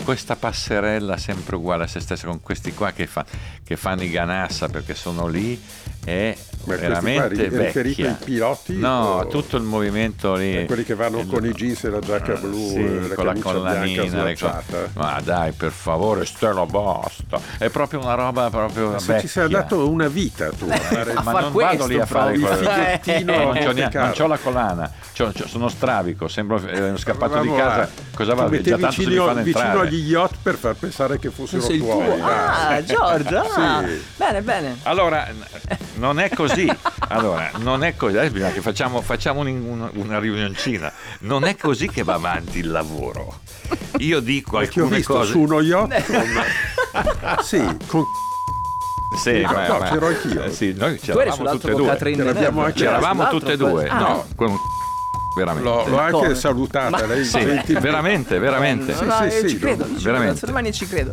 questa passerella sempre uguale a se stessa, con questi qua che fanno i Ganassa perché sono lì, è veramente riferito vecchia. ai piloti? No, tutto il movimento lì, quelli che vanno con i jeans e la giacca blu, sì, la con la camicia collanina, bianca slacciata. ma dai, per favore, Stella, basta. È proprio una roba proprio Ma vecchia. se ci sei andato una vita tu a fare Ma non vado lì a fare il quello. fighettino Non c'ho la collana, sono strabico, sembro scappato di casa. Cosa vado? Già tanto se mi fanno vicino entrare. agli yacht per far pensare che fossero Sei il tuoi. tuo. Ah, Giorgio. Sì. Bene. Allora, non è così. Adesso bisogna che facciamo una riunioncina. Non è così che va avanti il lavoro. Io dico Perché ho alcune visto cose. su uno yacht con Sì, no, c'ero anch'io. Sì, noi Tu eri c'eravamo tutte e sull'altro con due. Catherine C'eravamo Deneuve. anche- C'eravamo Sull'altro tutte e due. con- No, con veramente. l'ho anche Come? salutata. Lei Sì, senti- veramente. No, sì, ci credo, veramente. domani ci credo.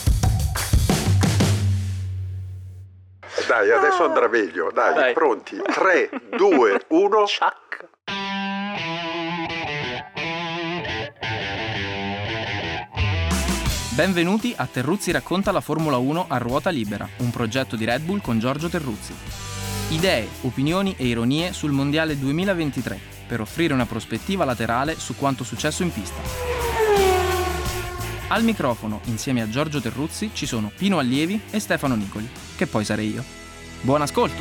Dai, adesso andrà meglio. Dai, pronti? 3, 2, 1. Ciak. Benvenuti a Terruzzi racconta la Formula 1 a ruota libera, un progetto di Red Bull con Giorgio Terruzzi. Idee, opinioni e ironie sul Mondiale 2023 per offrire una prospettiva laterale su quanto successo in pista. Al microfono, insieme a Giorgio Terruzzi, ci sono Pino Allievi e Stefano Nicoli, che poi sarei io. Buon ascolto!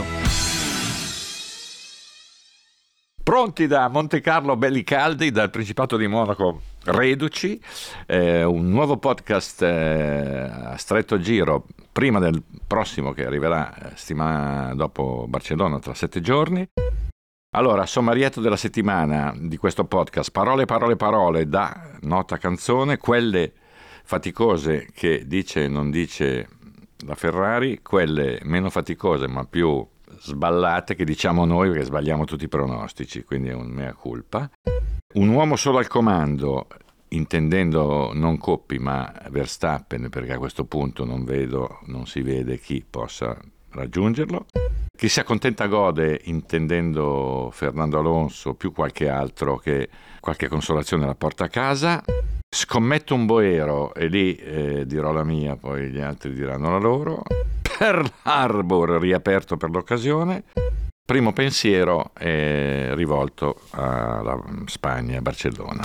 Pronti da Monte Carlo belli caldi, dal Principato di Monaco reduci, un nuovo podcast a stretto giro prima del prossimo che arriverà settimana dopo Barcellona tra 7 giorni. Allora, sommarietto della settimana di questo podcast: parole da nota canzone, quelle faticose che dice e non dice la Ferrari, quelle meno faticose ma più sballate che diciamo noi perché sbagliamo tutti i pronostici, quindi è un mea culpa. Un uomo solo al comando, intendendo non Coppi ma Verstappen, perché a questo punto non si vede chi possa raggiungerlo. Chi si accontenta gode, intendendo Fernando Alonso più qualche altro che qualche consolazione la porta a casa. Scommetto un boero e lì dirò la mia, poi gli altri diranno la loro. Pearl Harbor riaperto per l'occasione. Primo pensiero è rivolto alla Spagna, a Barcellona.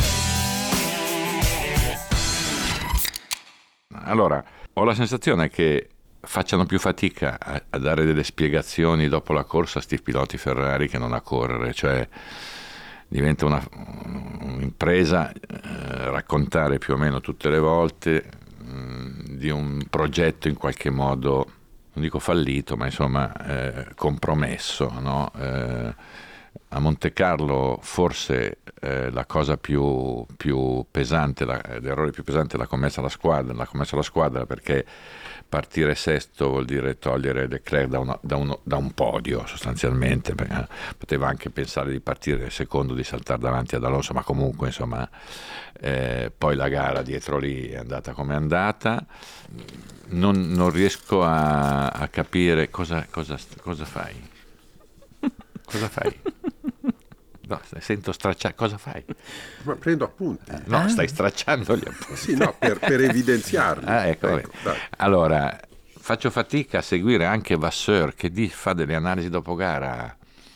Allora, ho la sensazione che facciano più fatica a dare delle spiegazioni dopo la corsa a sti piloti Ferrari che non a correre, cioè diventa un'impresa raccontare più o meno tutte le volte di un progetto in qualche modo, non dico fallito, ma insomma compromesso, no? A Monte Carlo forse la cosa più pesante, l'errore più pesante l'ha commesso la squadra perché partire sesto vuol dire togliere Leclerc da un podio sostanzialmente, perché poteva anche pensare di partire secondo, di saltare davanti ad Alonso, ma comunque insomma poi la gara dietro lì è andata come è andata. Non riesco a capire cosa fai. Cosa fai? No, sento stracciare. Cosa fai? Ma prendo appunti. No, stai stracciando gli appunti. Sì, no, per evidenziarli. Ecco. Dai. Allora, faccio fatica a seguire anche Vasseur che fa delle analisi dopo gara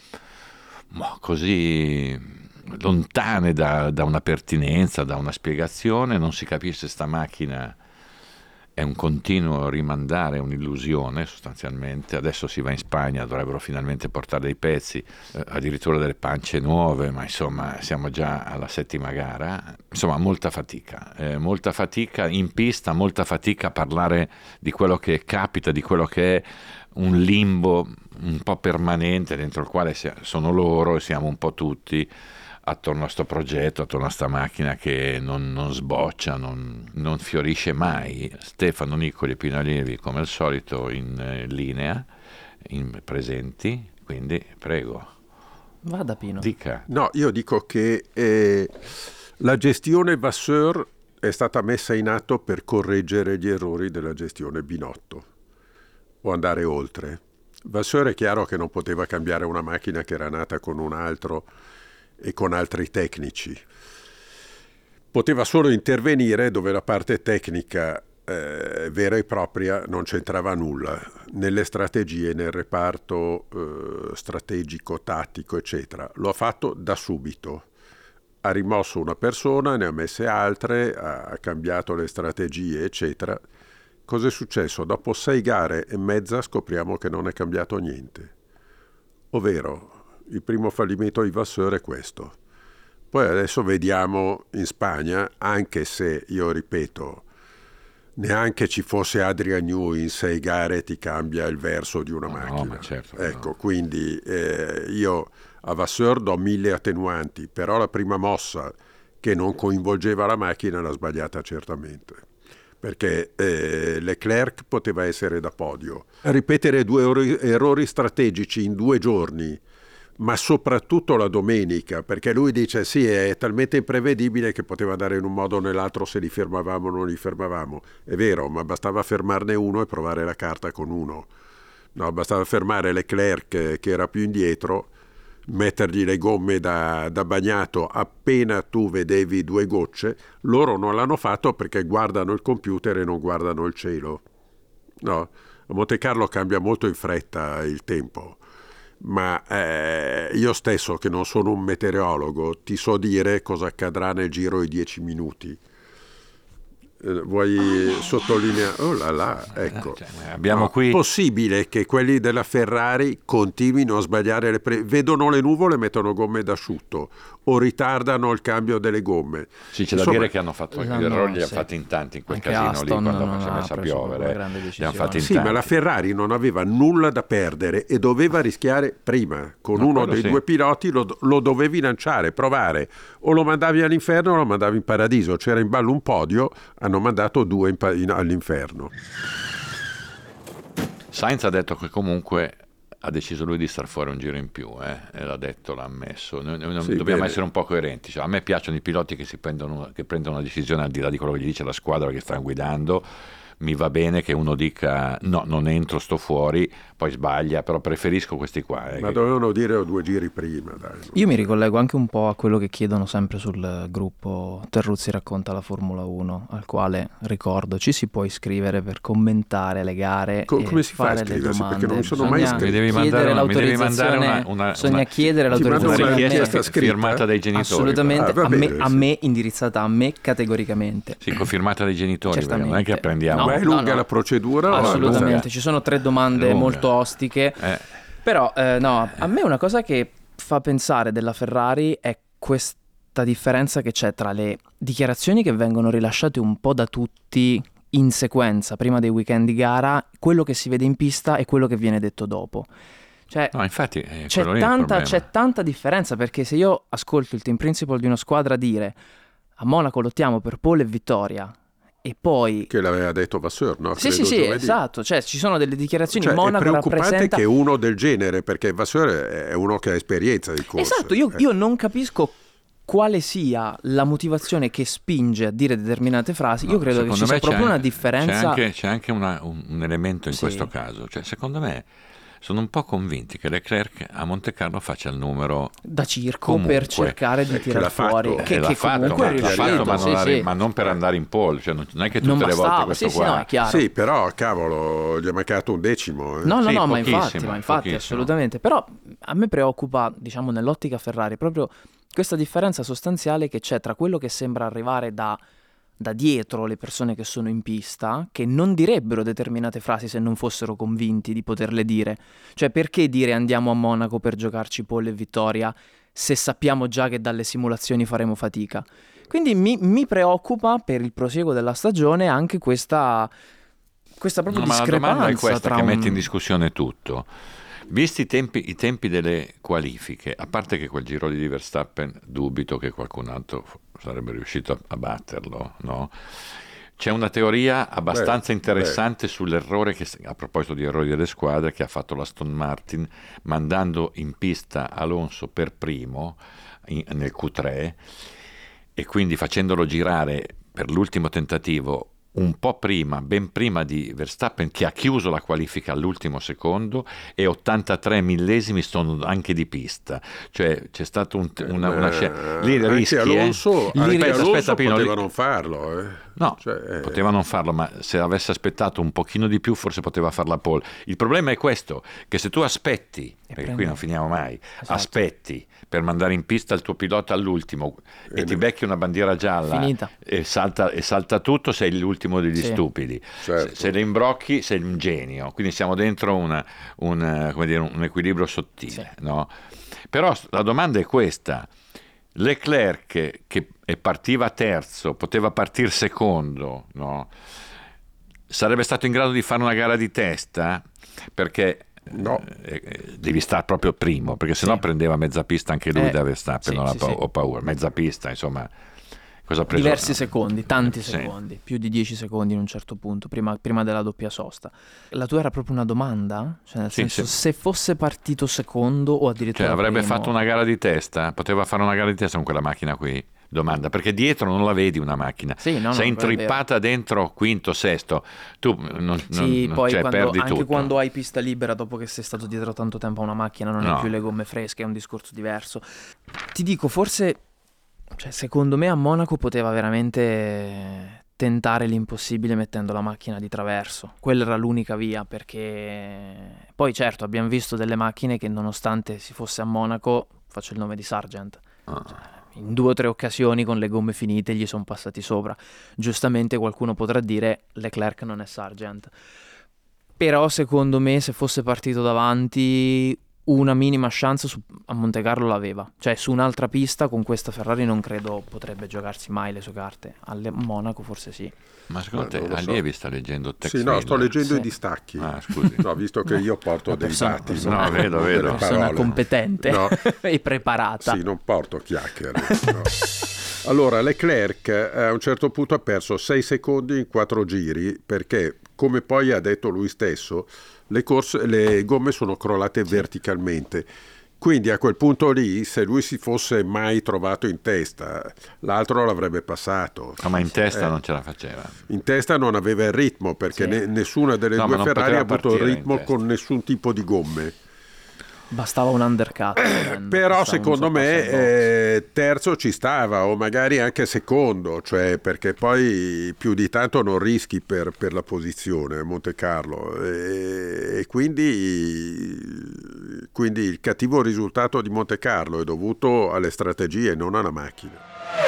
così lontane da una pertinenza, da una spiegazione. Non si capisce se sta macchina è un continuo rimandare, un'illusione sostanzialmente. Adesso si va in Spagna, dovrebbero finalmente portare dei pezzi, addirittura delle pance nuove, ma insomma siamo già alla settima gara. Insomma molta fatica in pista, molta fatica a parlare di quello che capita, di quello che è un limbo un po' permanente dentro il quale sono loro e siamo un po' tutti attorno a sto progetto, attorno a sta macchina che non sboccia, non fiorisce mai. Stefano Nicoli e Pino Allievi come al solito in linea, presenti, quindi prego. Vada Pino. Dica. No, io dico che la gestione Vasseur è stata messa in atto per correggere gli errori della gestione Binotto o andare oltre. Vasseur è chiaro che non poteva cambiare una macchina che era nata con un altro e con altri tecnici, poteva solo intervenire dove la parte tecnica vera e propria non c'entrava nulla, nelle strategie, nel reparto strategico, tattico, eccetera. Lo ha fatto da subito. Ha rimosso una persona, ne ha messe altre, ha cambiato le strategie, eccetera. Cos'è successo? Dopo 6 gare e mezza scopriamo che non è cambiato niente. Ovvero, il primo fallimento di Vasseur è questo. Poi adesso vediamo in Spagna, anche se, io ripeto, neanche ci fosse Adrian Newey in 6 gare ti cambia il verso di una macchina. Ma certo, ecco, no. quindi io a Vasseur do 1000 attenuanti, però la prima mossa che non coinvolgeva la macchina l'ha sbagliata certamente, perché Leclerc poteva essere da podio. Ripetere 2 errori strategici in 2 giorni, ma soprattutto la domenica, perché lui dice sì, è talmente imprevedibile che poteva andare in un modo o nell'altro se li fermavamo o non li fermavamo. È vero, ma bastava fermarne uno e provare la carta con uno. No, bastava fermare Leclerc che era più indietro, mettergli le gomme da bagnato appena tu vedevi 2 gocce. Loro non l'hanno fatto perché guardano il computer e non guardano il cielo. No, a Monte Carlo cambia molto in fretta il tempo. Ma io stesso, che non sono un meteorologo, ti so dire cosa accadrà nel giro di 10 minuti. Vuoi sottolineare? Oh là là, ecco. Abbiamo qui... È possibile che quelli della Ferrari continuino a sbagliare vedono le nuvole e mettono gomme d'asciutto o ritardano il cambio delle gomme. Sì, c'è da dire che hanno fatto gli errori, li hanno sì. fatti in tanti in quel Anche casino Aston lì quando non si è ha messa a preso piovere. una grande Li hanno decisione. fatti in Sì, tanti. ma la Ferrari non aveva nulla da perdere e doveva rischiare prima. Con No, uno quello dei sì. 2 piloti lo dovevi lanciare, provare. O lo mandavi all'inferno o lo mandavi in paradiso. C'era in ballo un podio, hanno mandato 2 all'inferno. Sainz ha detto che comunque ha deciso lui di star fuori un giro in più, e l'ha detto, l'ha ammesso. Noi Sì, dobbiamo bene. essere un po' coerenti. Cioè, a me piacciono i piloti che prendono una decisione al di là di quello che gli dice la squadra che sta guidando. Mi va bene che uno dica no, non entro, sto fuori, poi sbaglia, però preferisco questi qua. Ma dovevano dire 2 giri prima, dai. Io mi ricollego anche un po' a quello che chiedono sempre sul gruppo Terruzzi racconta la Formula 1, al quale, ricordo, ci si può iscrivere per commentare le gare e Come si fa a fare le iscriversi? domande. Perché non mi sono mai Bisogna iscritto. Mi devi chiedere mandare l'autorizzazione, bisogna chiedere Ti mando l'autorizzazione una a me. richiesta scritta? firmata dai genitori. Assolutamente, va bene, a sì. me, indirizzata a me categoricamente. Sì, confermata dai genitori, perché non è che Certamente. apprendiamo. No, Ma è lunga la procedura? o è Assolutamente, lunga? ci sono 3 domande Lunga. molto ostiche. Però no, a me una cosa che fa pensare della Ferrari è questa differenza che c'è tra le dichiarazioni che vengono rilasciate un po' da tutti in sequenza prima dei weekend di gara, quello che si vede in pista e quello che viene detto dopo. Cioè, No, infatti quello lì è il problema. c'è tanta differenza, perché se io ascolto il team principal di una squadra dire a Monaco lottiamo per pole e vittoria e poi... Che l'aveva detto Vasseur, no? Sì, Credo sì, giovedì. esatto, cioè ci sono delle dichiarazioni, Cioè, Monaco è preoccupante rappresenta... che uno del genere, perché Vasseur è uno che ha esperienza di corsa. Esatto, io non capisco quale sia la motivazione che spinge a dire determinate frasi. Io credo che ci sia proprio una differenza. C'è anche un elemento in Sì. questo caso. Cioè, secondo me sono un po' convinti che Leclerc a Monte Carlo faccia il numero Da circo comunque, per cercare di che tirar l'ha fuori. fatto. Che l'ha fatto, comunque è l'ha riuscito, fatto, ma, sì. ma non per andare in pole. Cioè, non è che tutte Non le volte bastava, questo sì, qua. no, è chiaro. Sì, però, cavolo, gli è mancato un decimo. No, Sì, ma pochissimo, infatti, pochissimo. assolutamente. Però a me preoccupa, diciamo, nell'ottica Ferrari, proprio questa differenza sostanziale che c'è tra quello che sembra arrivare da dietro le persone che sono in pista, che non direbbero determinate frasi se non fossero convinti di poterle dire. Cioè, perché dire andiamo a Monaco per giocarci pole e vittoria se sappiamo già che dalle simulazioni faremo fatica? Quindi mi preoccupa per il prosieguo della stagione anche questa proprio No, ma la discrepanza domanda è questa tra che mette in discussione tutto. Visti i tempi delle qualifiche, a parte che quel giro di Verstappen dubito che qualcun altro sarebbe riuscito a batterlo, no? C'è una teoria abbastanza interessante sull'errore che, a proposito di errori delle squadre, che ha fatto l'Aston Martin mandando in pista Alonso per primo nel Q3 e quindi facendolo girare per l'ultimo tentativo un po' prima, ben prima di Verstappen, che ha chiuso la qualifica all'ultimo secondo, e 83 millesimi sono anche di pista, cioè c'è stato una lì anche rischi, Alonso, aspetta, Alonso Pino, poteva non farlo, No, Cioè, poteva non farlo, ma se avesse aspettato un pochino di più forse poteva far la pole. Il problema è questo, che se tu aspetti, perché qui non finiamo mai, aspetti per mandare in pista il tuo pilota all'ultimo e ti becchi una bandiera gialla Finita. e salta tutto, sei l'ultimo degli stupidi. Certo. Se le imbrocchi sei un genio, quindi siamo dentro un equilibrio sottile, no? Però la domanda è questa: Leclerc, che partiva terzo, poteva partire secondo, no? Sarebbe stato in grado di fare una gara di testa? Perché No. devi stare proprio primo, perché sennò prendeva mezza pista anche lui da Verstappen, ho paura. Mezza pista, insomma, cosa ha preso? Diversi secondi, tanti Sì. secondi, più di 10 secondi in un certo punto, prima della doppia sosta. La tua era proprio una domanda? Cioè, nel senso, se fosse partito secondo o addirittura Cioè, avrebbe primo? fatto una gara di testa? Poteva fare una gara di testa con quella macchina qui? Domanda, perché dietro non la vedi una macchina, Sì, no, sei no, intrippata dentro quinto, sesto, tu Sì, poi cioè, perdi anche tutto. quando hai pista libera dopo che sei stato dietro tanto tempo a una macchina non No. hai più le gomme fresche, è un discorso diverso. Ti dico, forse, cioè, secondo me a Monaco poteva veramente tentare l'impossibile mettendo la macchina di traverso. Quella era l'unica via, perché poi certo abbiamo visto delle macchine che nonostante si fosse a Monaco, faccio il nome di Sargent, in 2 o 3 occasioni con le gomme finite gli sono passati sopra. Giustamente qualcuno potrà dire Leclerc non è Sargent, però secondo me se fosse partito davanti una minima chance a Monte Carlo l'aveva. Cioè su un'altra pista con questa Ferrari non credo potrebbe giocarsi mai le sue carte. A Monaco forse sì. Ma secondo te non lo so. Allievi sta leggendo text Sì, no, sto reader? leggendo Sì. i distacchi. Ah, scusi. No, visto che io porto dei dati, No, vedo. delle Persona parole. competente No. e preparata. Sì, non porto chiacchiere. No. Allora, Leclerc a un certo punto ha perso 6 secondi in 4 giri perché, come poi ha detto lui stesso, le gomme sono crollate verticalmente. Quindi a quel punto lì, se lui si fosse mai trovato in testa, l'altro l'avrebbe passato. Ma in testa non ce la faceva. In testa non aveva il ritmo perché nessuna delle No, ma due non Ferrari ha poteva avuto il partire in ritmo testa. con nessun tipo di gomme. Bastava un undercut. Però Bastava secondo un sorpasso al box. me terzo ci stava o magari anche secondo, cioè perché poi più di tanto non rischi per la posizione a Monte Carlo e quindi il cattivo risultato di Monte Carlo è dovuto alle strategie, non alla macchina.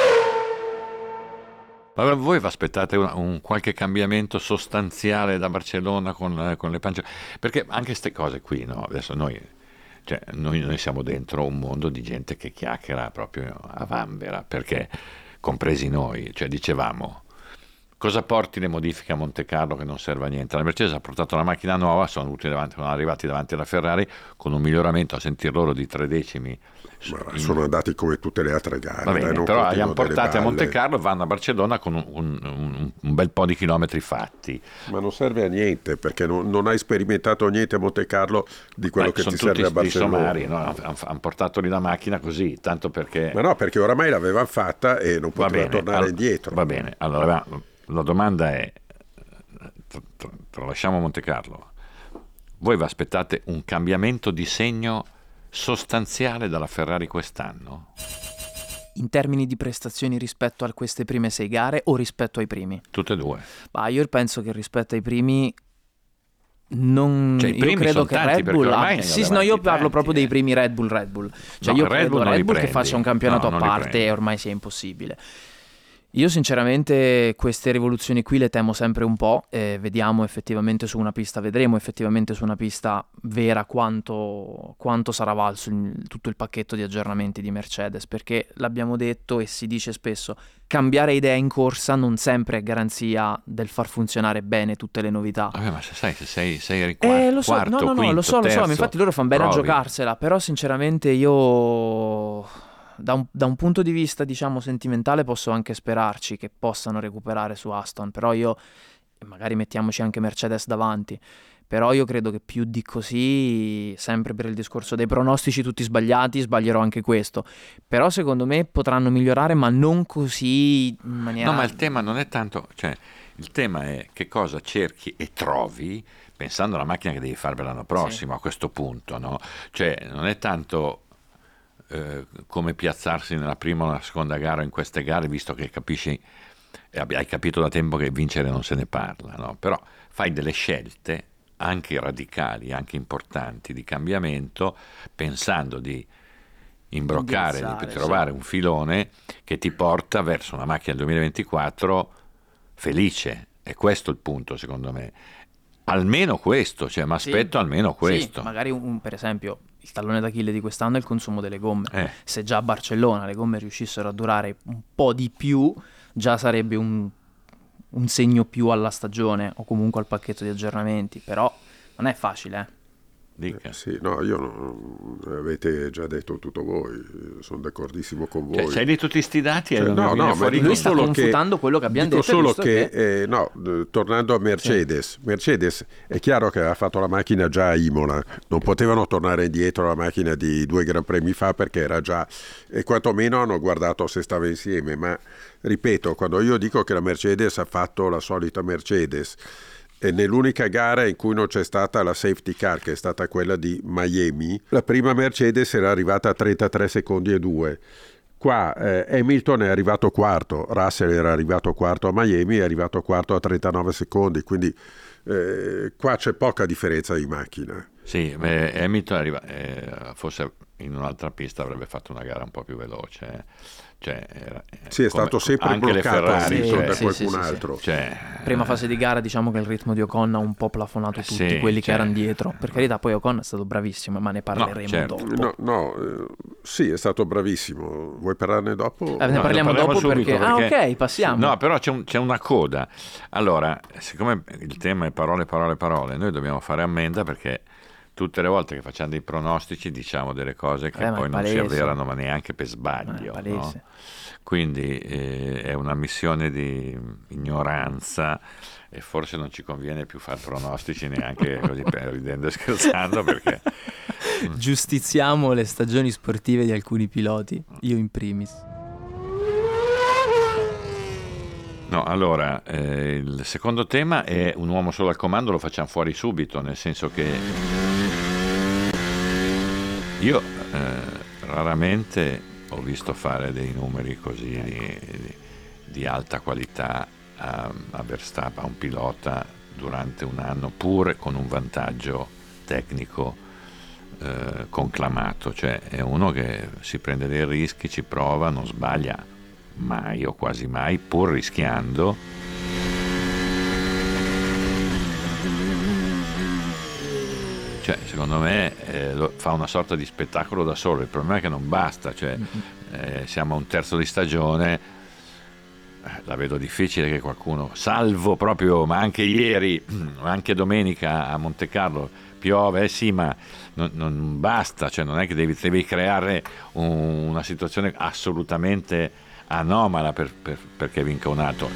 Allora, voi vi aspettate un qualche cambiamento sostanziale da Barcellona con le pance? Perché anche queste cose qui, no? Adesso noi siamo dentro un mondo di gente che chiacchiera proprio a vanvera, perché compresi noi, cioè dicevamo cosa porti le modifiche a Monte Carlo che non serve a niente. La Mercedes ha portato una macchina nuova, sono arrivati davanti alla Ferrari con un miglioramento, a sentir loro, di 3 decimi. Sono andati come tutte le altre gare. Va bene, non però li continuo hanno delle portati a balle. Monte Carlo e vanno a Barcellona con un bel po' di chilometri fatti. Ma non serve a niente perché non hai sperimentato niente a Monte Carlo di quello che sono ti serve a tutti Barcellona. somari, no? Hanno portato lì la macchina così, tanto perché... Ma no, perché oramai l'avevano fatta e non poteva tornare indietro. Va bene, allora la domanda è, lasciamo a Monte Carlo, voi vi aspettate un cambiamento di segno sostanziale dalla Ferrari quest'anno? In termini di prestazioni rispetto a queste prime 6 gare o rispetto ai primi? Tutte e due. Ma io penso che rispetto ai primi non... Cioè, i primi io credo sono che tanti, Red perché Bull ormai ne sì, ho no, io davanti parlo tanti, proprio dei primi Red Bull. Cioè No, io Red credo Bull non Red li Bull che prendi. faccia un campionato No, a non li parte prendi. e ormai sia impossibile. Io sinceramente queste rivoluzioni qui le temo sempre un po', vediamo effettivamente su una pista, vedremo effettivamente su una pista vera quanto sarà valso tutto il pacchetto di aggiornamenti di Mercedes, perché l'abbiamo detto e si dice spesso, cambiare idea in corsa non sempre è garanzia del far funzionare bene tutte le novità. Vabbè, ma sai che sei Lo so, quarto, no, quinto, lo so, terzo, ma infatti loro fanno bene a provi. giocarsela, però sinceramente io da un punto di vista, diciamo, sentimentale posso anche sperarci che possano recuperare su Aston, però io e magari mettiamoci anche Mercedes davanti. Però io credo che più di così, sempre per il discorso dei pronostici tutti sbagliati, sbaglierò anche questo. Però secondo me potranno migliorare, ma non così in maniera... No, ma il tema non è tanto, cioè il tema è che cosa cerchi e trovi pensando alla macchina che devi fare per l'anno prossimo, a questo punto, no? Cioè non è tanto come piazzarsi nella prima o nella seconda gara in queste gare, visto che capisci, hai capito da tempo che vincere non se ne parla, no? Però fai delle scelte anche radicali, anche importanti di cambiamento, pensando di imbroccare, di trovare un filone che ti porta verso una macchina del 2024 felice. E questo è il punto, secondo me. Almeno questo, cioè mi aspetto almeno questo. Sì, magari per esempio il tallone d'Achille di quest'anno è il consumo delle gomme. Se già a Barcellona le gomme riuscissero a durare un po' di più, già sarebbe un segno più alla stagione o comunque al pacchetto di aggiornamenti, però non è facile. Sì, no, avete già detto tutto voi, sono d'accordissimo con voi. Cioè, sei di tutti sti dati e no, ma lui sta confutando quello che abbiamo detto. Solo che tornando a Mercedes, Mercedes è chiaro che aveva fatto la macchina già a Imola, non potevano tornare indietro la macchina di 2 Gran Premi fa perché era già, e quantomeno hanno guardato se stava insieme, ma ripeto, quando io dico che la Mercedes ha fatto la solita Mercedes, e nell'unica gara in cui non c'è stata la safety car, che è stata quella di Miami, la prima Mercedes era arrivata a 33 secondi e 2. Qua Hamilton è arrivato quarto, Russell era arrivato quarto a Miami, è arrivato quarto a 39 secondi, quindi qua c'è poca differenza di macchina. Sì, Hamilton forse in un'altra pista avrebbe fatto una gara un po' più veloce. Cioè, sì, è stato sempre anche bloccato Ferrari, da qualcun altro. Cioè, prima fase di gara, diciamo che il ritmo di Ocon ha un po' plafonato tutti quelli che erano dietro. Per carità, poi Ocon è stato bravissimo, ma ne parleremo dopo. Sì, è stato bravissimo. Vuoi parlarne dopo? Ne parliamo dopo perché... ok, passiamo. No, però c'è una coda. Allora, siccome il tema è parole, noi dobbiamo fare ammenda perché tutte le volte che facciamo dei pronostici diciamo delle cose che poi non si avverano, ma neanche per sbaglio, no? Quindi è una missione di ignoranza e forse non ci conviene più fare pronostici neanche così ridendo e scherzando, perché giustiziamo le stagioni sportive di alcuni piloti, io in primis. No, allora, il secondo tema è un uomo solo al comando, lo facciamo fuori subito, nel senso che io raramente ho visto fare dei numeri così di alta qualità a Verstappen, a un pilota durante un anno, pur con un vantaggio tecnico conclamato. Cioè è uno che si prende dei rischi, ci prova, non sbaglia mai o quasi mai, pur rischiando. Cioè, secondo me fa una sorta di spettacolo da solo. Il problema è che non basta, cioè, siamo a un terzo di stagione, la vedo difficile che qualcuno, salvo proprio, ma anche ieri, anche domenica a Monte Carlo piove, sì, ma non basta, cioè non è che devi creare una situazione assolutamente anomala perché vinca un altro.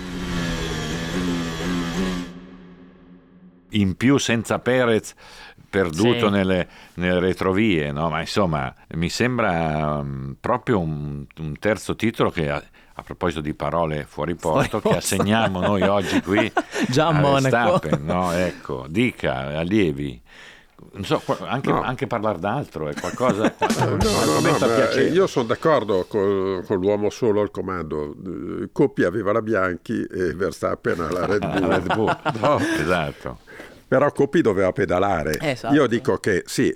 In più senza Perez perduto nelle retrovie, no? Ma insomma mi sembra proprio un terzo titolo che a proposito di parole fuori posto che assegniamo noi oggi qui già a Monaco, no? Ecco, dica, allievi, non so, anche parlare d'altro è qualcosa. Io sono d'accordo con l'uomo solo al comando. Coppi aveva la Bianchi e Verstappen alla Red Bull. No? Esatto. Però Coppi doveva pedalare. Esatto. Io dico che sì,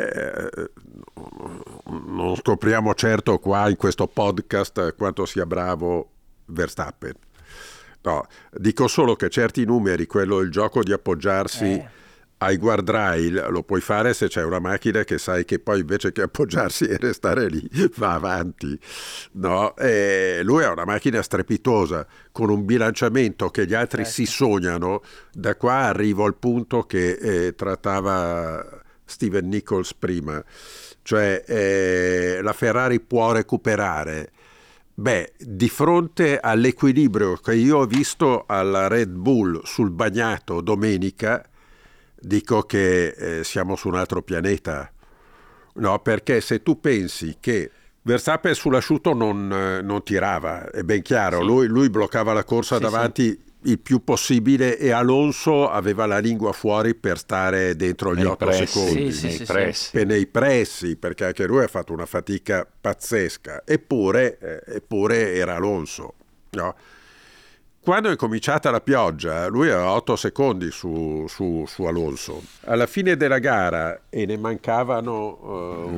non scopriamo certo qua in questo podcast quanto sia bravo Verstappen. No, dico solo che certi numeri, il gioco di appoggiarsi ai guardrail, lo puoi fare se c'è una macchina che sai che poi invece che appoggiarsi e restare lì va avanti, no? Lui ha una macchina strepitosa con un bilanciamento che gli altri si sognano. Da qua arrivo al punto che trattava Steven Nichols prima, cioè la Ferrari può recuperare, Beh, di fronte all'equilibrio che io ho visto alla Red Bull sul bagnato domenica, dico che siamo su un altro pianeta. No, perché se tu pensi che Verstappen sull'asciutto non tirava, è ben chiaro, Sì. lui bloccava la corsa Sì, davanti il più possibile e Alonso aveva la lingua fuori per stare dentro gli Nei 8 pressi, secondi. Sì, nei sì, pressi. E nei pressi, perché anche lui ha fatto una fatica pazzesca, eppure era Alonso, no? Quando è cominciata la pioggia, lui aveva 8 secondi su Alonso. Alla fine della gara, e ne mancavano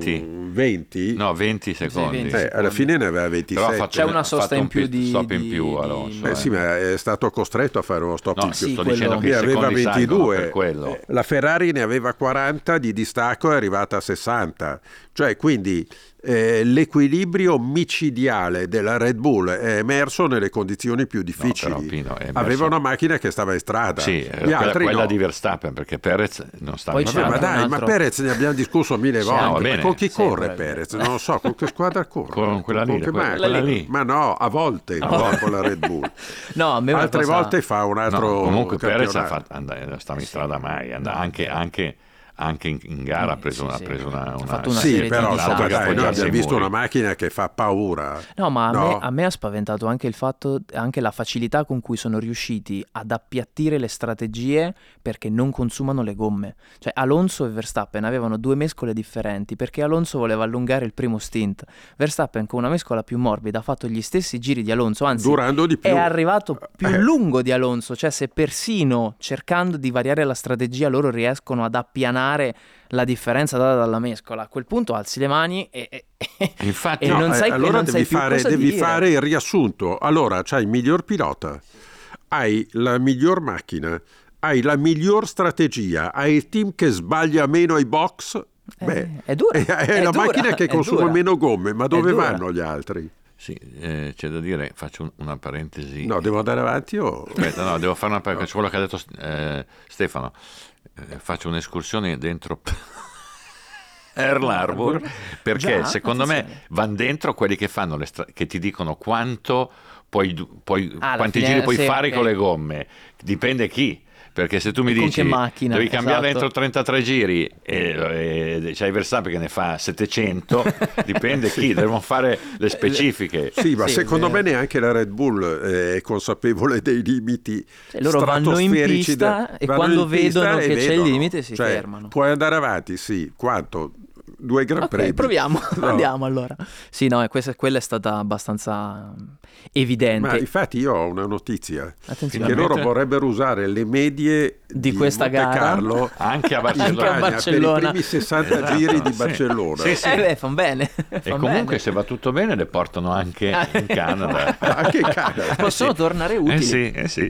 20. No, 20 secondi. 20. Alla fine ne aveva Però ha 27. fatto C'è una ha sosta fatto in un più di- stop in più di- Alonso. Sì, ma è stato costretto a fare uno stop No, in più. sì, sto quello- dicendo che Lui i aveva secondi salgono 22, per quello. la Ferrari ne aveva 40 di distacco, è arrivata a 60, cioè quindi l'equilibrio micidiale della Red Bull è emerso nelle condizioni più difficili. però, Pino, è emerso- aveva una macchina che stava in strada, Sì, gli altri quella no. di Verstappen, perché Perez non stava Poi in c'è Ma strada. un dai, ma altro- Perez ne abbiamo discusso 1000 Sì, volte. va Ma bene. con chi Sì, corre pure. Perez? Non lo so, con che squadra corre? Con quella lì, che quella lì. Ma no, a volte no, con la Red Bull. No, a me una Altre cosa- volte fa un altro No, comunque Perez campionato. stava in strada mai, anche in gara ha preso, sì, ha sì. preso Ha una fatto una Sì, serie di però disastri. insomma, dai, noi appoggiarsi abbiamo ai visto muri. una macchina che fa paura. No, ma No? a me ha spaventato anche il fatto, anche la facilità con cui sono riusciti ad appiattire le strategie perché non consumano le gomme. Cioè Alonso e Verstappen avevano due mescole differenti perché Alonso voleva allungare il primo stint. Verstappen con una mescola più morbida ha fatto gli stessi giri di Alonso, anzi Durando di più. è arrivato più lungo di Alonso, cioè se persino cercando di variare la strategia loro riescono ad appianare la differenza data dalla mescola, a quel punto alzi le mani e Infatti, e non sai, allora non sai più cosa devi dire. fare il riassunto. Allora c'hai il miglior pilota, hai la miglior macchina, hai la miglior strategia, hai il team che sbaglia meno ai box. Beh, è dura, è è la dura, macchina che è consuma dura. meno gomme, ma dove dura. vanno gli altri? sì, c'è da dire, faccio una parentesi. No, devo andare avanti o... Aspetta, no, devo fare una parentesi su quello che ha detto Stefano. Faccio un'escursione dentro Pearl Harbor perché Già? secondo me Attenzione. vanno dentro quelli che fanno che ti dicono quanto alla quanti fine, giri puoi sì, fare ok. con le gomme, dipende chi. Perché se tu mi E con dici che macchina, devi cambiare esatto. entro 33 giri e c'hai Verstappen che ne fa 700, dipende chi, devono fare le specifiche. Sì, ma Sì, secondo è me vero. neanche la Red Bull è consapevole dei limiti Cioè, loro vanno in stratosferici pista e vanno quando in pista vedono e che c'è il vedono. limite si Cioè, fermano. Puoi andare avanti, sì. Quanto? 2 Gran Ok, Premi. proviamo, No. andiamo allora. Sì, no, quella è stata abbastanza evidente. Ma infatti io ho una notizia, Attenzione. che loro Finalmente. vorrebbero usare le medie Di questa Monte gara. Carlo Anche a in Barcellona. Anche a Spagna Barcellona. per i primi 60 Esatto, giri di sì. Barcellona. Sì, sì. Beh, fan bene. E fan comunque bene. se va tutto bene le portano anche in Canada. Anche in Canada. Possono tornare utili. sì.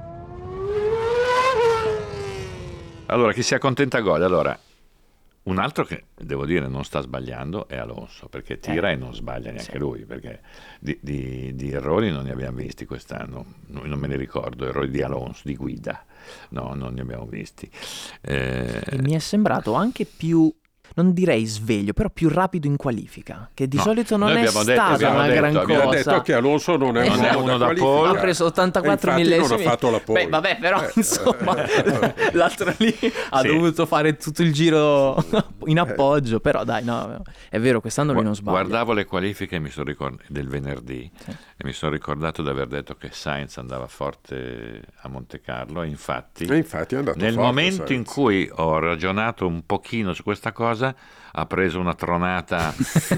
Allora, chi si accontenta gode. Allora, un altro che devo dire non sta sbagliando è Alonso, perché tira e non sbaglia neanche Sì. lui, perché di errori non ne abbiamo visti quest'anno, non me ne ricordo, errori di Alonso, di guida, no, non ne abbiamo visti. E mi è sembrato anche più, non direi sveglio, però più rapido in qualifica, che di No, solito non noi è abbiamo detto- stata abbiamo una detto- gran abbiamo Ha cosa. detto che Alonso non è Non è uno uno da qualifica. pole. Ha preso 84 E infatti millesimi. non ha fatto la pole. Beh, vabbè, però insomma, l'altro lì ha Sì. dovuto fare tutto il giro in appoggio. Però dai, no, è vero, quest'anno lui non sbaglia. Guardavo le qualifiche del venerdì e mi sono ricordato di aver detto che Sainz andava forte a Monte Carlo e infatti E infatti è andato nel forte, momento sai. in cui ho ragionato un pochino su questa cosa ha preso una tronata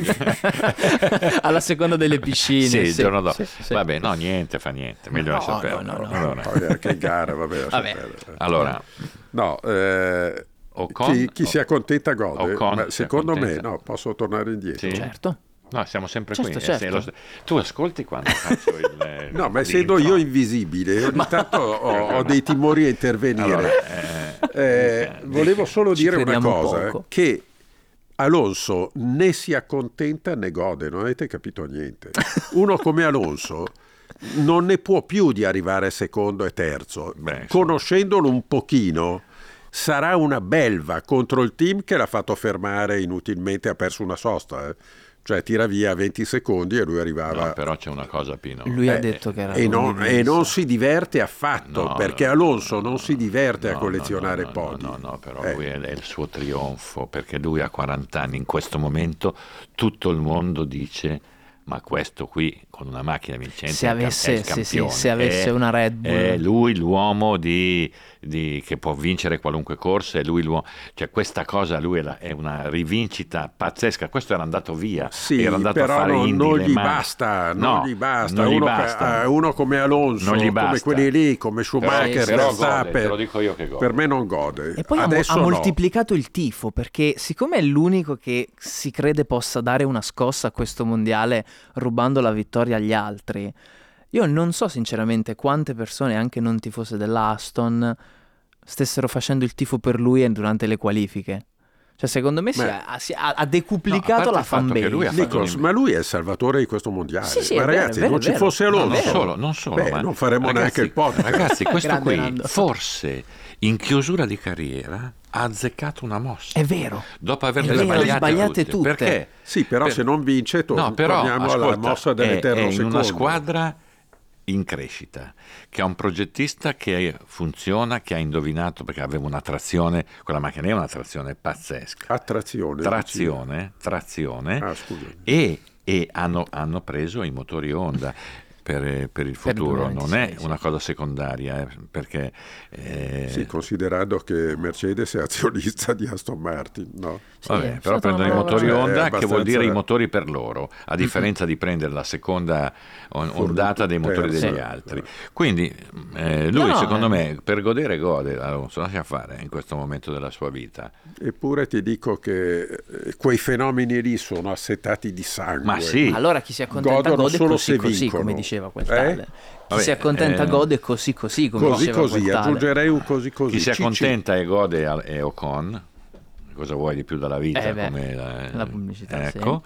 alla seconda delle piscine. sì, il giorno dopo. sì, sì. vabbè, no, niente, fa niente, meglio No, lasciar perdere. no. Allora, Poi, che gara, vabbè, lascia Vabbè. perdere. allora, No, Ocon- chi si accontenta gode, Ocon ma si secondo me, accontenta. no, posso tornare indietro. Sì. Certo. no, siamo sempre Certo, qui. certo. Tu ascolti quando faccio il No, ma essendo l'intro? io invisibile, ogni tanto ho dei timori a intervenire. Allora, Volevo solo Ci dire una crediamo cosa, poco. che Alonso né si accontenta né gode, non avete capito niente. Uno come Alonso non ne può più di arrivare secondo e terzo. Beh, Conoscendolo un pochino, sarà una belva contro il team che l'ha fatto fermare inutilmente, ha perso una sosta. Cioè tira via 20 secondi e lui arrivava... No, però c'è una cosa, Pino. Lui ha detto che era e non si diverte affatto, No, perché Alonso non si diverte a No, collezionare no, podi. No, però lui è il suo trionfo, perché lui a 40 anni, in questo momento, tutto il mondo dice: ma questo qui con una macchina vincente Se è avesse, il campione. se avesse una Red Bull. È lui l'uomo che può vincere qualunque corsa, è lui l'uomo. Cioè questa cosa lui è una rivincita pazzesca. Questo era andato via, Sì, era andato però a fare Indy, non Le gli Mans. basta, No, non gli basta. non gli basta. Uno come Alonso, Non gli come basta. quelli lì, come Schumacher, Però gode, Verstappen, te lo dico io che gode. per me non gode. E poi Adesso ha no. moltiplicato il tifo, perché siccome è l'unico che si crede possa dare una scossa a questo mondiale rubando la vittoria agli altri, io non so sinceramente quante persone, anche non tifose dell'Aston, stessero facendo il tifo per lui durante le qualifiche. Cioè secondo me ha decuplicato No, a parte la il fatto che fanbase. lui ha fatto Nichols, ma lui è il salvatore di questo mondiale. Sì, ma è ragazzi, vero, non è ci vero. fosse No, Alonso, non solo, beh, ma non faremo neanche il podcast. Ragazzi, questo Grande qui Nando. forse in chiusura di carriera ha azzeccato una mossa. È vero. Dopo È averle vero, sbagliate, sbagliate tutte. Perché? Sì, però se non vince No, però, torniamo alla ascolta, mossa è dell'eterno in secondo. una squadra in crescita, che ha un progettista che funziona, che ha indovinato, perché aveva una trazione, quella macchina è una trazione pazzesca. Trazione. Trazione. Ah, scusa. E hanno preso i motori Honda per il futuro, non è 2026, una cosa secondaria, perché Sì, considerando che Mercedes è azionista di Aston Martin, no? vabbè, è però stata prendono i una motori manovra- Honda, è che vuol dire i abbastanza- motori per loro, a differenza di prendere la seconda ondata dei motori terza, degli altri. Quindi lui, No, secondo me, per godere gode, Alonso, lascia fare in questo momento della sua vita. Eppure ti dico che quei fenomeni lì sono assetati di sangue. Ma sì. Allora chi si accontenta Godono gode solo così se così, vincono. come diceva quel tale. Chi Vabbè, si accontenta gode così così, come Così diceva così, quel tale. aggiungerei un così così. Chi si Cicci. accontenta e gode è Ocon. Cosa vuoi di più dalla vita? Beh, come la pubblicità, ecco.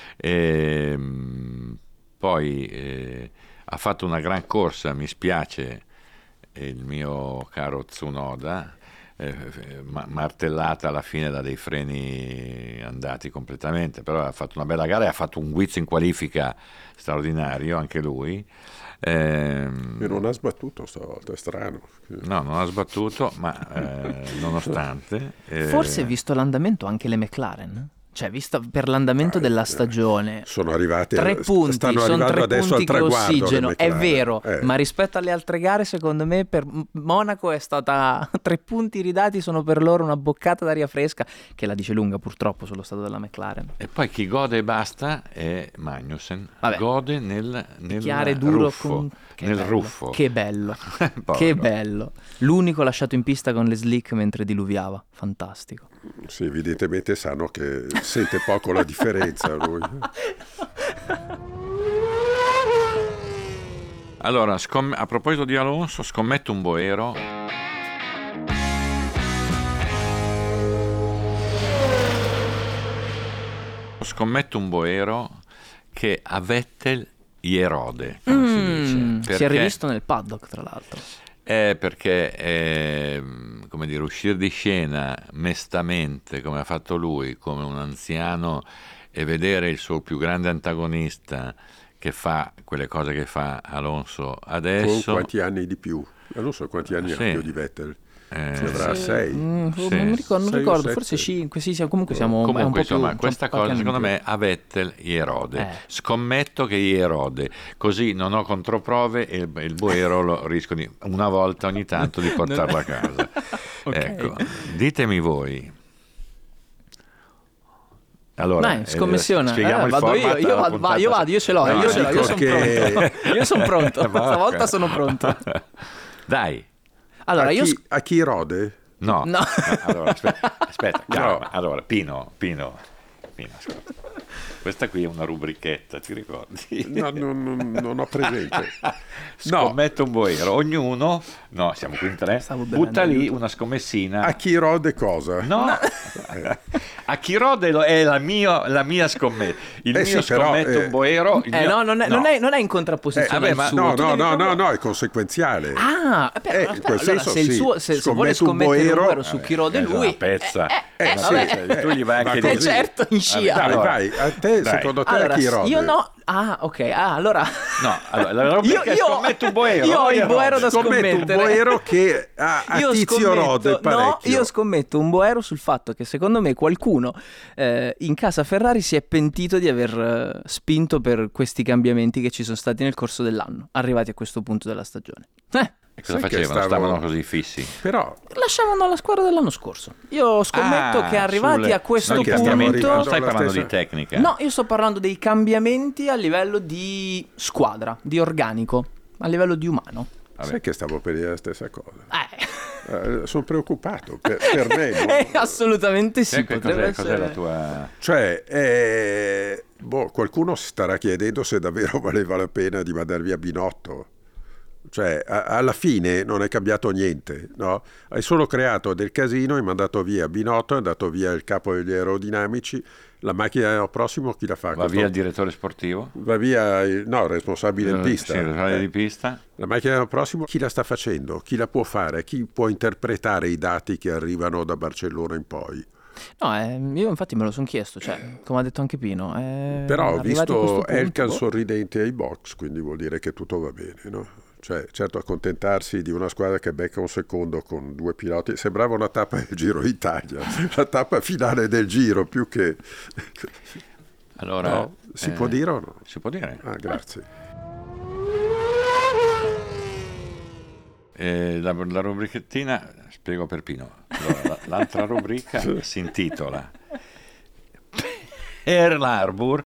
Poi ha fatto una gran corsa, mi spiace, il mio caro Tsunoda, martellata alla fine da dei freni andati completamente, però ha fatto una bella gara e ha fatto un guizzo in qualifica straordinario anche lui. E non ha sbattuto stavolta, è strano. No, non ha sbattuto, ma nonostante... Forse visto l'andamento anche le McLaren, cioè vista per l'andamento della stagione, Sono arrivati 3 punti, stanno sono arrivando 3 adesso punti al che traguardo. ossigeno, le è McLaren. vero, ma rispetto alle altre gare secondo me per Monaco è stata 3 punti ridati, sono per loro una boccata d'aria fresca, che la dice lunga purtroppo sullo stato della McLaren. E poi chi gode e basta è Magnussen. Vabbè. Gode nel Chiare duro ruffo. Nel bello, ruffo. Che bello, Povero. che bello. L'unico lasciato in pista con le slick mentre diluviava, fantastico. Sì, evidentemente sanno che sente poco la differenza lui. Allora, a proposito di Alonso, scommetto un boero. Scommetto un boero che a Vettel gli erode, come si dice. Si è rivisto nel paddock tra l'altro. Perché come dire, uscire di scena mestamente come ha fatto lui, come un anziano, e vedere il suo più grande antagonista che fa quelle cose che fa Alonso Con adesso. quanti anni di più? Non so quanti anni ha Sì. più di Vettel. Ce avrà 6. Non Sì. mi ricordo, Sei o forse sette. 5, sì, comunque siamo è un Comunque, po' insomma, più, questa qualche cosa anno in secondo più. me a Vettel gli erode. Scommetto che gli erode, così non ho controprove e il boero lo rischio una volta ogni tanto di portarlo a casa. Ok. Ecco, ditemi voi. Allora, Dai, scommissione. spieghiamo il Vado format io alla vado, puntata. io ce l'ho, No, io sono che- pronto. Io sono pronto, stavolta sono pronto. Dai. Allora, A chi rode? No. No. Allora, aspetta, calma. Allora, Pino, ascolta. Questa qui è una rubrichetta, ti ricordi? No, non ho presente. Scommetto un boero, ognuno, no, siamo qui in 3, Stavo bevendo, butta lì aiuto. una scommessina. A chi rode cosa? No, A Chirode è la mia scommessa. Il mio sì, però, scommetto un Boero. No, non è in contrapposizione al suo. No, è conseguenziale. Aspetta, in quel allora, senso se vuole scommettere un Boero su Chirode lui... Una pezza. vabbè. Tu gli vai anche di certo, in scia. Vai, a te, secondo te, allora, Chirode? io no. Ok, allora... No, la rubrica è scommetto un Boero. Io ho il Boero da scommetto scommettere. Un Boero che a Tizio rode parecchio. No, io scommetto un Boero sul fatto che secondo me qualcuno in casa Ferrari si è pentito di aver spinto per questi cambiamenti che ci sono stati nel corso dell'anno, arrivati a questo punto della stagione. E cosa facevano? Stavano così fissi? Però lasciavano la squadra dell'anno scorso. Io scommetto che arrivati a questo punto... Non stai parlando di tecnica? No, io sto parlando dei cambiamenti a livello di squadra, di organico, a livello di umano. Sai che stavo per dire la stessa cosa? Sono preoccupato per me. Assolutamente sì. Cos'è la tua... Cioè, qualcuno si starà chiedendo se davvero valeva la pena di mandare via Binotto. Cioè, alla fine non è cambiato niente, no? Hai solo creato del casino, hai mandato via Binotto, è andato via il capo degli aerodinamici. La macchina dell'anno prossimo chi la fa? Va via il direttore sportivo? Va via il responsabile di pista. Sì, responsabile di pista. La macchina dell'anno prossimo chi la sta facendo? Chi la può fare? Chi può interpretare i dati che arrivano da Barcellona in poi? No, io infatti me lo sono chiesto, cioè, come ha detto anche Pino. Però ho visto Elkann sorridente ai box, quindi vuol dire che tutto va bene, no? Cioè, certo, accontentarsi di una squadra che becca un secondo con 2 piloti sembrava una tappa del Giro d'Italia, la tappa finale del Giro più che... Allora, no? Si può dire o no? Si può dire. Grazie. La rubrichettina, spiego per Pino. Allora, l'altra rubrica si intitola Pearl Harbor.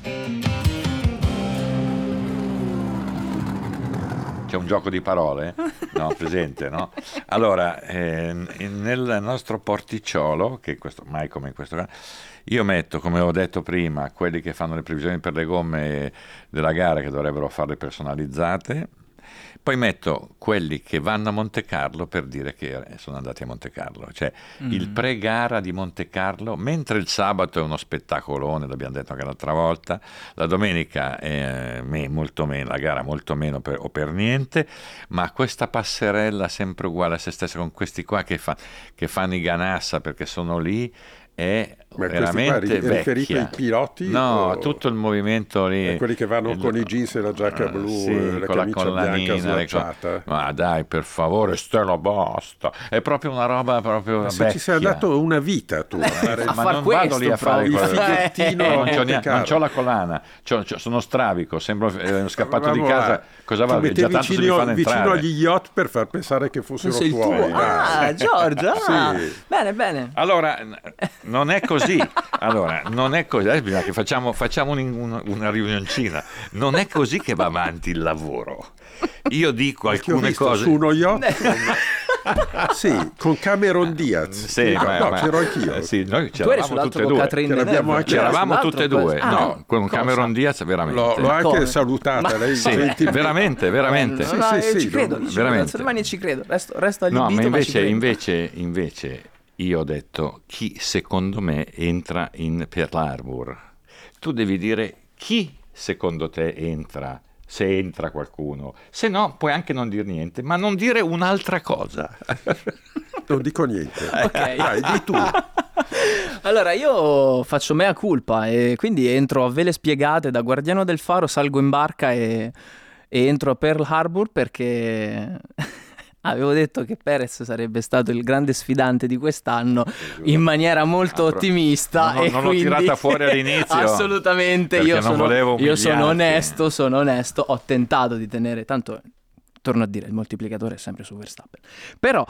C'è un gioco di parole, no? Presente, no? Allora, nel nostro porticciolo, che mai come in questo caso, io metto, come ho detto prima, quelli che fanno le previsioni per le gomme della gara, che dovrebbero farle personalizzate. Poi metto quelli che vanno a Monte Carlo per dire che sono andati a Monte Carlo, cioè il pre-gara di Monte Carlo, mentre il sabato è uno spettacolone, l'abbiamo detto anche l'altra volta, la domenica è molto meno, la gara molto meno o per niente, ma questa passerella sempre uguale a se stessa con questi qua che fanno i Ganassa perché sono lì, è veramente riferito ai piloti? No, tutto il movimento lì, quelli che vanno con i jeans e la giacca blu, sì, la con camicia bianca slacciata. Ma dai, per favore, Stella, basta. È proprio una roba proprio se ci sei andato una vita tu ma non vado lì a fare il fighettino. Non c'ho la collana, sono strabico, sembro scappato di casa. Cosa va? Già tanto se mi fanno entrare vicino agli yacht per far pensare che fossero tuoi. Giorgio, sì. Bene. Allora, non è così. Adesso bisogna che facciamo una riunioncina. Non è così che va avanti il lavoro. Io dico alcune cose su uno yacht sì, con Cameron Diaz. Sì, c'ero anch'io. Sì, noi c'eravamo tutte e due. C'eravamo tutte e due. No, con Cameron Diaz veramente. L'ho anche salutata. Lei veramente. Sì, ci credo. Veramente. Ci credo. Resto allibito. No, ma invece io ho detto chi secondo me entra in Pearl Harbor. Tu devi dire chi secondo te entra, se entra qualcuno. Se no puoi anche non dire niente, ma non dire un'altra cosa. Non dico niente. Ok. Dai, di tu. Allora io faccio mea culpa e quindi entro a vele spiegate da guardiano del faro, salgo in barca e entro a Pearl Harbor perché... Avevo detto che Perez sarebbe stato il grande sfidante di quest'anno in maniera molto ottimista. Non l'ho tirata fuori all'inizio. Assolutamente, io sono onesto, ho tentato di tenere, tanto torno a dire, il moltiplicatore è sempre su Verstappen. Però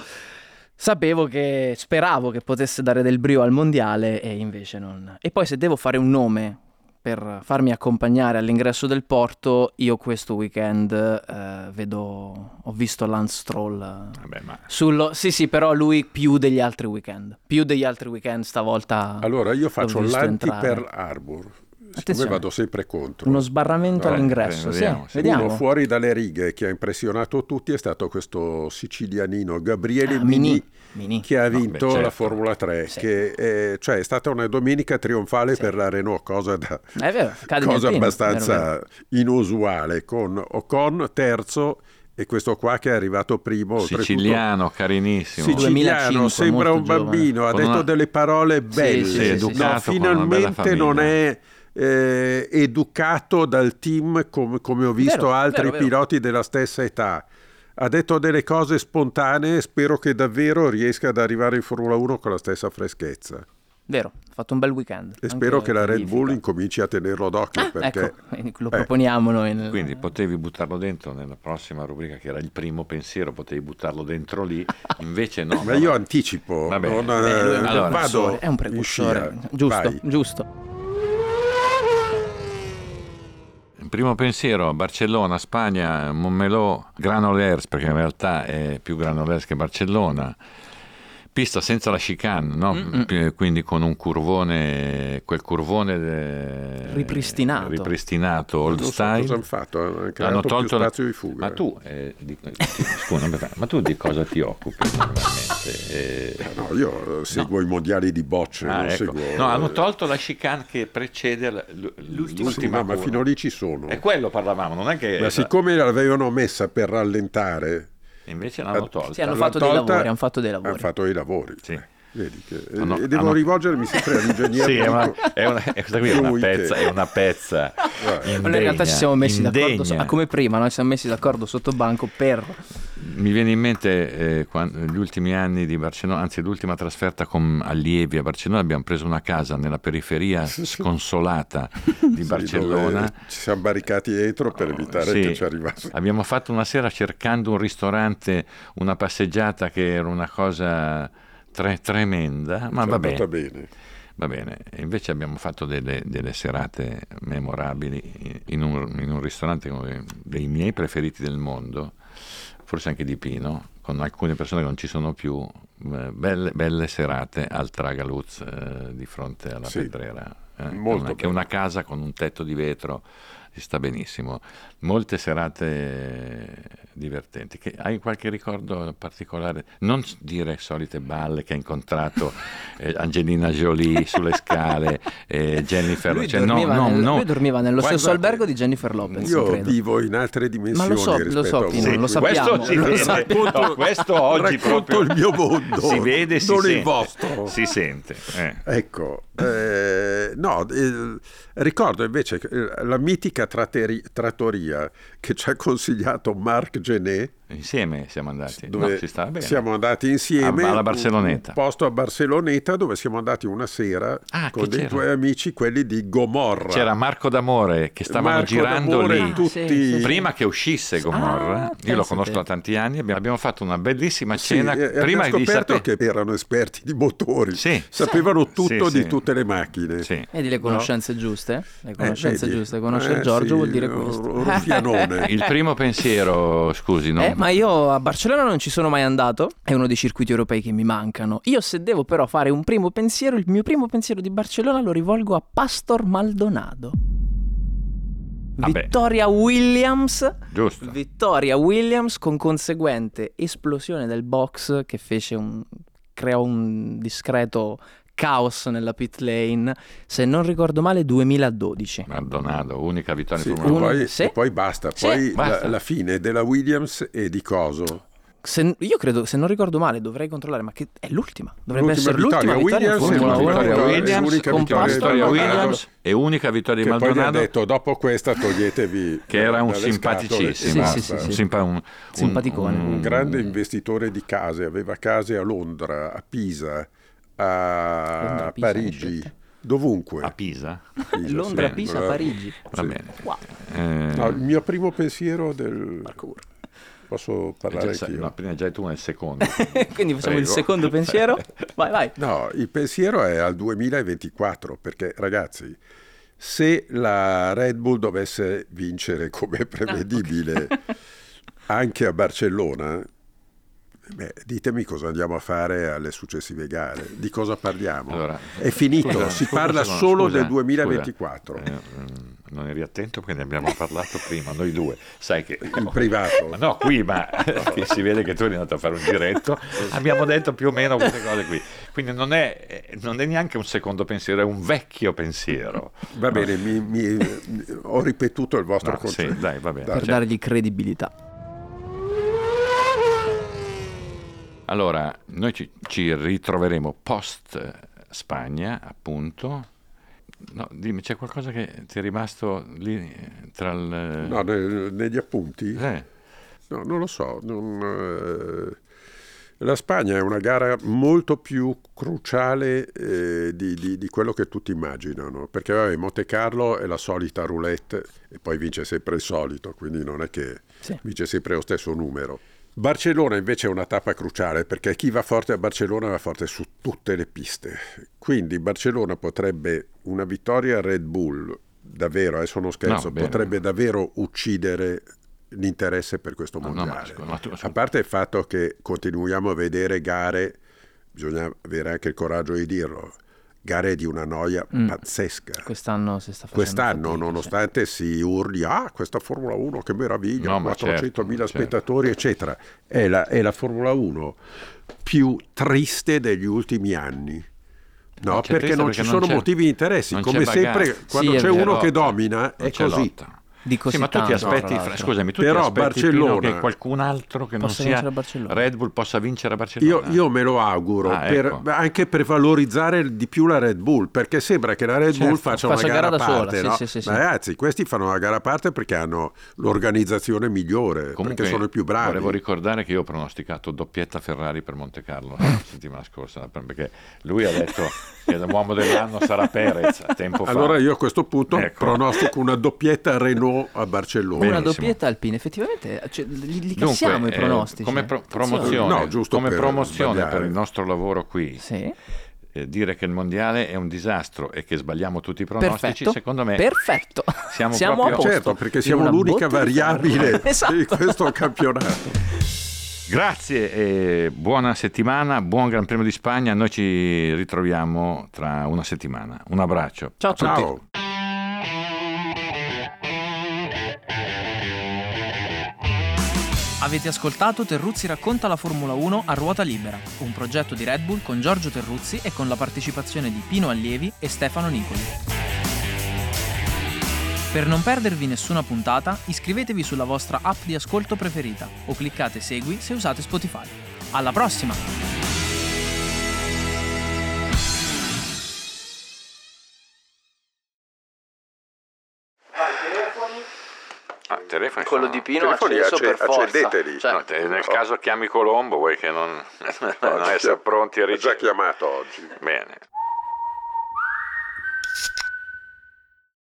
speravo che potesse dare del brio al mondiale e invece non. E poi se devo fare un nome per farmi accompagnare all'ingresso del porto, io questo weekend ho visto Lance Stroll sì, però lui più degli altri weekend stavolta. Allora io faccio l'anti Pearl Harbor, siccome vado sempre contro. Uno sbarramento all'ingresso, vediamo. Uno fuori dalle righe che ha impressionato tutti è stato questo sicilianino Gabriele Mini, che ha vinto certo. la Formula 3, che è stata una domenica trionfale per la Renault, cosa abbastanza inusuale, con Ocon terzo e questo qua che è arrivato primo. Siciliano, carinissimo. Siciliano, 2005, sembra un bambino, ha detto delle parole belle. Educato, finalmente non è educato dal team come ho visto altri piloti della stessa età. Ha detto delle cose spontanee, spero che davvero riesca ad arrivare in Formula 1 con la stessa freschezza. Vero, ha fatto un bel weekend. E spero che la Red Bull incominci a tenerlo d'occhio. Perché lo proponiamo noi. Quindi potevi buttarlo dentro nella prossima rubrica, che era il primo pensiero, potevi buttarlo dentro lì, invece no. Ma io anticipo, vado è un precursore, giusto. Il primo pensiero: Barcellona, Spagna, Montmeló, Granollers, perché in realtà è più Granollers che Barcellona. Pista senza la chicane, no? Quindi con un curvone, quel curvone ripristinato, old style. Cosa hanno fatto? Hanno tolto più spazio di fuga. Ma tu, ma tu di cosa ti occupi normalmente? No, io seguo i mondiali di bocce. Hanno tolto la chicane che precede l'ultima. Ma fino lì ci sono. E quello parlavamo, non è che. Ma siccome l'avevano messa per rallentare. Invece l'hanno tolta. Hanno fatto dei lavori. Hanno fatto dei lavori. Sì. Vedi che devo rivolgermi sempre all'ingegnere. Sì, questa qui è una pezza. In realtà ci siamo messi d'accordo, come prima, noi siamo messi d'accordo sotto banco per. Mi viene in mente gli ultimi anni di Barcellona, anzi l'ultima trasferta con allievi a Barcellona, abbiamo preso una casa nella periferia sconsolata di Barcellona. Ci siamo barricati dietro per evitare che ci arrivasse. Abbiamo fatto una sera cercando un ristorante, una passeggiata che era una cosa tremenda, ma va bene. Va bene, e invece abbiamo fatto delle serate memorabili in un ristorante dei miei preferiti del mondo, forse anche di Pino, con alcune persone che non ci sono più, belle serate al Tragaluz di fronte alla Pedrera, che è una casa con un tetto di vetro, si sta benissimo, molte serate divertenti. Hai qualche ricordo particolare? Non dire solite balle che ha incontrato Angelina Jolie sulle scale, Jennifer. Lui dormiva nello stesso albergo di Jennifer Lopez. Io vivo in altre dimensioni. Ma lo so, Pino, lo sappiamo. Questo oggi racconto il mio mondo, si vede, non il vostro. Si sente. Ecco, ricordo invece la mitica trattoria che ci ha consigliato Marc Gené. Insieme siamo andati, si stava bene. Siamo andati insieme alla Barceloneta, un posto a Barceloneta dove siamo andati una sera con dei tuoi amici, quelli di Gomorra. C'era Marco D'Amore che stavano girando lì prima che uscisse Gomorra. Io lo conosco da tanti anni, abbiamo fatto una bellissima cena. Prima abbiamo scoperto che erano esperti di motori, sapevano tutto di tutte le macchine. Vedi le conoscenze giuste? Le conoscenze giuste, conoscere Giorgio vuol dire questo. Ruffianone. Il primo pensiero, scusi, no? Ma io a Barcellona non ci sono mai andato, è uno dei circuiti europei che mi mancano. Io se devo però fare un primo pensiero, il mio primo pensiero di Barcellona lo rivolgo a Pastor Maldonado. Vittoria Williams. Giusto. Vittoria Williams con conseguente esplosione del box che creò un discreto caos nella pit lane, se non ricordo male 2012. Maldonado, unica vittoria in Formula 1. E poi basta, la fine della Williams e di coso. Io credo, se non ricordo male, dovrei controllare, ma che è l'ultima. Dovrebbe essere l'ultima vittoria in Formula 1. Vittoria Williams e unica vittoria di Maldonado. Poi gli ha detto, dopo questa toglietevi che era un simpaticissimo, simpaticone. Un grande investitore di case, aveva case a Londra, a Pisa, a Parigi, dovunque. A Pisa? Londra, Pisa, Parigi. Va bene. Wow. Il mio primo pensiero del parkour. Posso parlare anch'io? No, prima già tu nel secondo. Quindi facciamo il secondo pensiero? Vai. No, il pensiero è al 2024, perché ragazzi, se la Red Bull dovesse vincere come prevedibile anche a Barcellona, Ditemi cosa andiamo a fare alle successive gare, di cosa parliamo? Allora, è finito, scusa, si scusa, parla scusa, solo scusa, del 2024. Non eri attento perché ne abbiamo parlato prima, noi due, sai che... In privato. Ma no, qui, ma che si vede che tu eri andato a fare un giretto, abbiamo detto più o meno queste cose qui, quindi non è neanche un secondo pensiero, è un vecchio pensiero. Va bene, ho ripetuto il vostro concetto. Sì, dai, va bene. Per dargli credibilità. Allora, noi ci ritroveremo post Spagna, appunto. No, dimmi, c'è qualcosa che ti è rimasto lì tra il... No, negli appunti? No, non lo so. La Spagna è una gara molto più cruciale di quello che tutti immaginano, perché vabbè, Monte Carlo è la solita roulette e poi vince sempre il solito, quindi non è che vince sempre lo stesso numero. Barcellona invece è una tappa cruciale, perché chi va forte a Barcellona va forte su tutte le piste, quindi Barcellona potrebbe, una vittoria a Red Bull davvero, adesso non scherzo, potrebbe davvero uccidere l'interesse per questo mondiale. A parte il fatto che continuiamo a vedere gare, bisogna avere anche il coraggio di dirlo, gare di una noia pazzesca. Quest'anno si sta facendo Quest'anno, fatica, nonostante si urli questa Formula 1 che meraviglia, No, 400.000 spettatori eccetera, è la Formula 1 più triste degli ultimi anni. No, perché non ci sono motivi di interessi, come sempre quando c'è uno che domina è così. Lotta. Sì, ma tu ti aspetti, scusami, tu però ti aspetti Barcellona, che qualcun altro che non possa sia vincere Red Bull possa vincere a Barcellona? Io me lo auguro, ecco. anche per valorizzare di più la Red Bull, perché sembra che la Red Bull faccia una gara a parte, sola. no? Sì. Ma ragazzi, questi fanno una gara a parte perché hanno l'organizzazione migliore, perché sono i più bravi. Volevo ricordare che io ho pronosticato doppietta Ferrari per Monte Carlo la settimana scorsa, perché lui ha detto che l'uomo dell'anno sarà Perez a tempo fa. Allora io a questo punto pronostico una doppietta Renault a Barcellona. Una doppietta Alpine, effettivamente li cassiamo i pronostici. Come promozione, per il nostro lavoro qui, dire che il mondiale è un disastro e che sbagliamo tutti i pronostici, secondo me siamo proprio a posto. Certo, perché siamo l'unica variabile di questo campionato. Grazie e buona settimana, buon Gran Premio di Spagna. Noi ci ritroviamo tra una settimana. Un abbraccio. Ciao a tutti. Ciao. Avete ascoltato Terruzzi racconta la Formula 1 a ruota libera, un progetto di Red Bull con Giorgio Terruzzi e con la partecipazione di Pino Allievi e Stefano Nicoli. Per non perdervi nessuna puntata, iscrivetevi sulla vostra app di ascolto preferita o cliccate segui se usate Spotify. Alla prossima! Telefoni Quello sono... di Pino acceso per forza. Accendeteli. No, nel caso chiami Colombo, vuoi che non essere pronti a Ho già chiamato oggi. Bene.